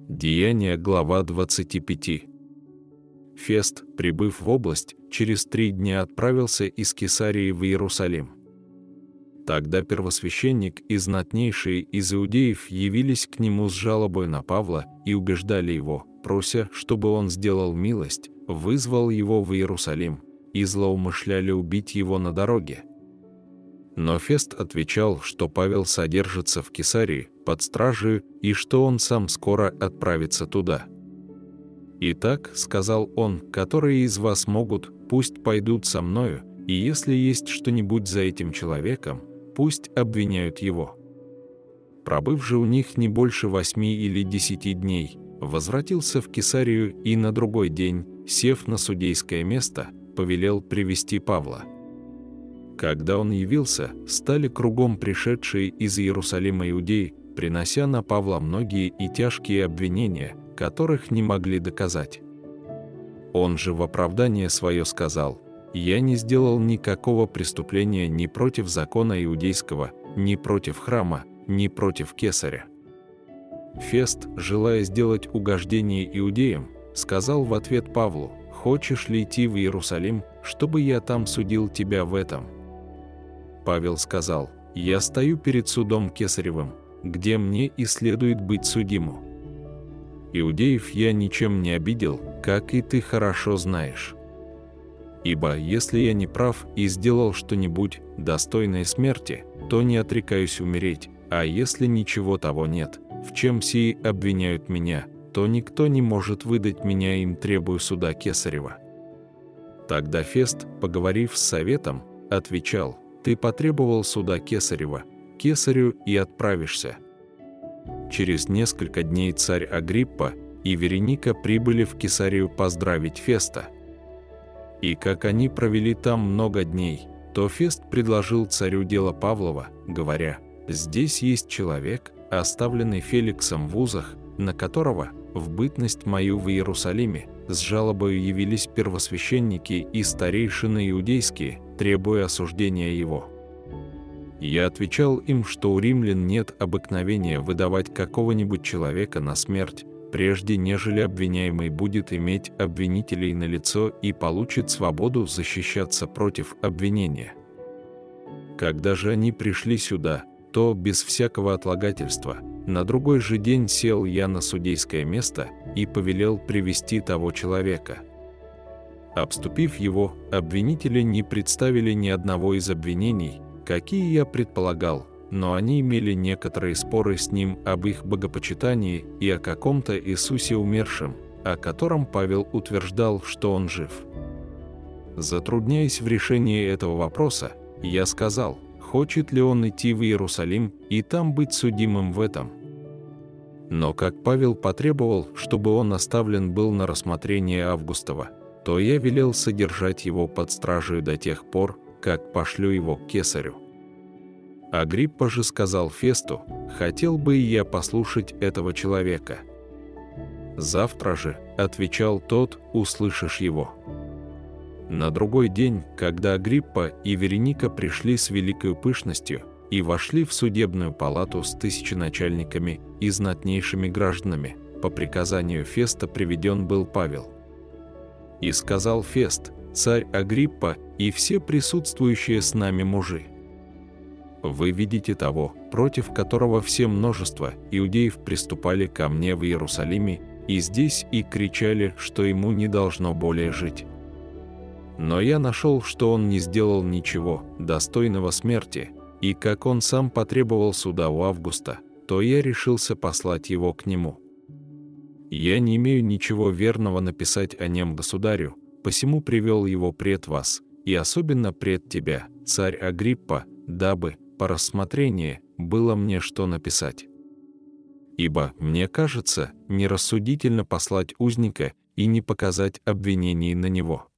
Деяния, глава 25. Фест, прибыв в область, через 3 дня отправился из Кесарии в Иерусалим. Тогда первосвященник и знатнейшие из иудеев явились к нему с жалобой на Павла и убеждали его, прося, чтобы он сделал милость, вызвал его в Иерусалим, и злоумышляли убить его на дороге. Но Фест отвечал, что Павел содержится в Кесарии под стражей и что он сам скоро отправится туда. «Итак, — сказал он, — которые из вас могут, пусть пойдут со мною, и если есть что-нибудь за этим человеком, пусть обвиняют его». Пробыв же у них не больше 8 или 10 дней, возвратился в Кесарию и на другой день, сев на судейское место, повелел привести Павла. Когда он явился, стали кругом пришедшие из Иерусалима иудеи, принося на Павла многие и тяжкие обвинения, которых не могли доказать. Он же в оправдание свое сказал: «Я не сделал никакого преступления ни против закона иудейского, ни против храма, ни против кесаря». Фест, желая сделать угождение иудеям, сказал в ответ Павлу: «Хочешь ли идти в Иерусалим, чтобы я там судил тебя в этом?» Павел сказал: «Я стою перед судом Кесаревым, где мне и следует быть судиму. Иудеев я ничем не обидел, как и ты хорошо знаешь. Ибо если я не прав и сделал что-нибудь достойное смерти, то не отрекаюсь умереть, а если ничего того нет, в чем сии обвиняют меня, то никто не может выдать меня, им требую суда Кесарева». Тогда Фест, поговорив с советом, отвечал: «Ты потребовал суда Кесарева, Кесарю и отправишься». Через несколько дней царь Агриппа и Вереника прибыли в Кесарию поздравить Феста. И как они провели там много дней, то Фест предложил царю дело Павлова, говоря: «Здесь есть человек, оставленный Феликсом в узах, на которого, в бытность мою в Иерусалиме, с жалобою явились первосвященники и старейшины иудейские, требуя осуждения его. Я отвечал им, что у римлян нет обыкновения выдавать какого-нибудь человека на смерть, прежде нежели обвиняемый будет иметь обвинителей на лицо и получит свободу защищаться против обвинения». Когда же они пришли сюда, то без всякого отлагательства на другой же день сел я на судейское место и повелел привести того человека. Обступив его, обвинители не представили ни одного из обвинений, какие я предполагал, но они имели некоторые споры с ним об их богопочитании и о каком-то Иисусе умершем, о котором Павел утверждал, что он жив. Затрудняясь в решении этого вопроса, я сказал: хочет ли он идти в Иерусалим и там быть судимым в этом? Но как Павел потребовал, чтобы он оставлен был на рассмотрение Августова, то я велел содержать его под стражей до тех пор, как пошлю его к Кесарю. Агриппа же сказал Фесту: «Хотел бы и я послушать этого человека». «Завтра же, — отвечал тот, — услышишь его». На другой день, когда Агриппа и Вереника пришли с великой пышностью и вошли в судебную палату с тысяченачальниками и знатнейшими гражданами, по приказанию Феста приведен был Павел. И сказал Фест: «Царь Агриппа и все присутствующие с нами мужи, вы видите того, против которого все множество иудеев приступали ко мне в Иерусалиме и здесь и кричали, что ему не должно более жить. Но я нашел, что он не сделал ничего достойного смерти, и как он сам потребовал суда у Августа, то я решился послать его к нему. Я не имею ничего верного написать о нем государю, посему привел его пред вас, и особенно пред тебя, царь Агриппа, дабы, по рассмотрению, было мне что написать. Ибо, мне кажется, нерассудительно послать узника и не показать обвинений на него.